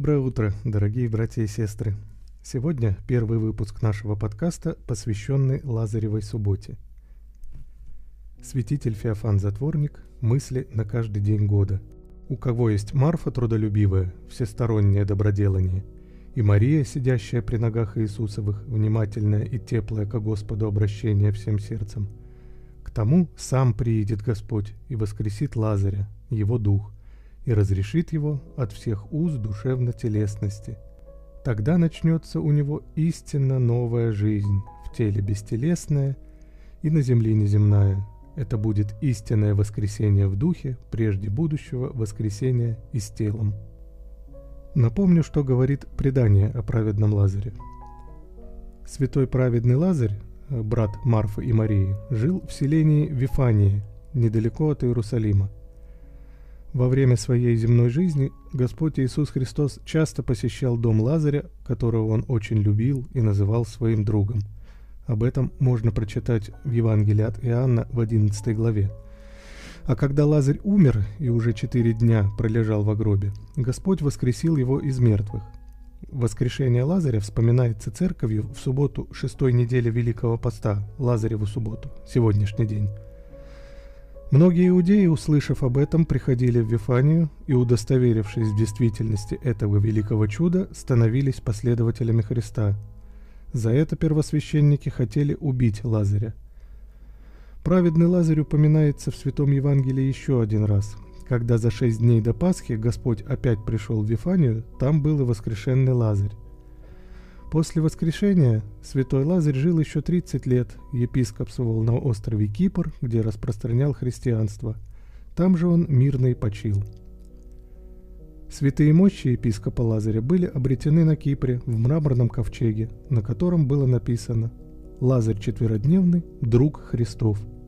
Доброе утро, дорогие братья и сестры! Сегодня первый выпуск нашего подкаста, посвященный Лазаревой субботе. Святитель Феофан Затворник. Мысли на каждый день года. У кого есть Марфа трудолюбивая, всестороннее доброделание, и Мария, сидящая при ногах Иисусовых, внимательная и теплая ко Господу обращение всем сердцем, к тому сам приидет Господь и воскресит Лазаря, его дух, и разрешит его от всех уз душевно-телесности. Тогда начнется у него истинно новая жизнь, в теле бестелесная и на земле неземная. Это будет истинное воскресение в духе, прежде будущего воскресения и с телом. Напомню, что говорит предание о праведном Лазаре. Святой праведный Лазарь, брат Марфы и Марии, жил в селении Вифании, недалеко от Иерусалима. Во время своей земной жизни Господь Иисус Христос часто посещал дом Лазаря, которого он очень любил и называл своим другом. Об этом можно прочитать в Евангелии от Иоанна в 11 главе. А когда Лазарь умер и уже 4 дня пролежал в гробе, Господь воскресил его из мертвых. Воскрешение Лазаря вспоминается церковью в субботу 6-й недели Великого Поста, Лазареву субботу, сегодняшний день. Многие иудеи, услышав об этом, приходили в Вифанию и, удостоверившись в действительности этого великого чуда, становились последователями Христа. За это первосвященники хотели убить Лазаря. Праведный Лазарь упоминается в Святом Евангелии еще один раз. Когда за 6 дней до Пасхи Господь опять пришел в Вифанию, там был и воскрешенный Лазарь. После воскрешения святой Лазарь жил еще 30 лет, епископствовал на острове Кипр, где распространял христианство. Там же он мирно и почил. Святые мощи епископа Лазаря были обретены на Кипре в мраморном ковчеге, на котором было написано: «Лазарь четверодневный, друг Христов».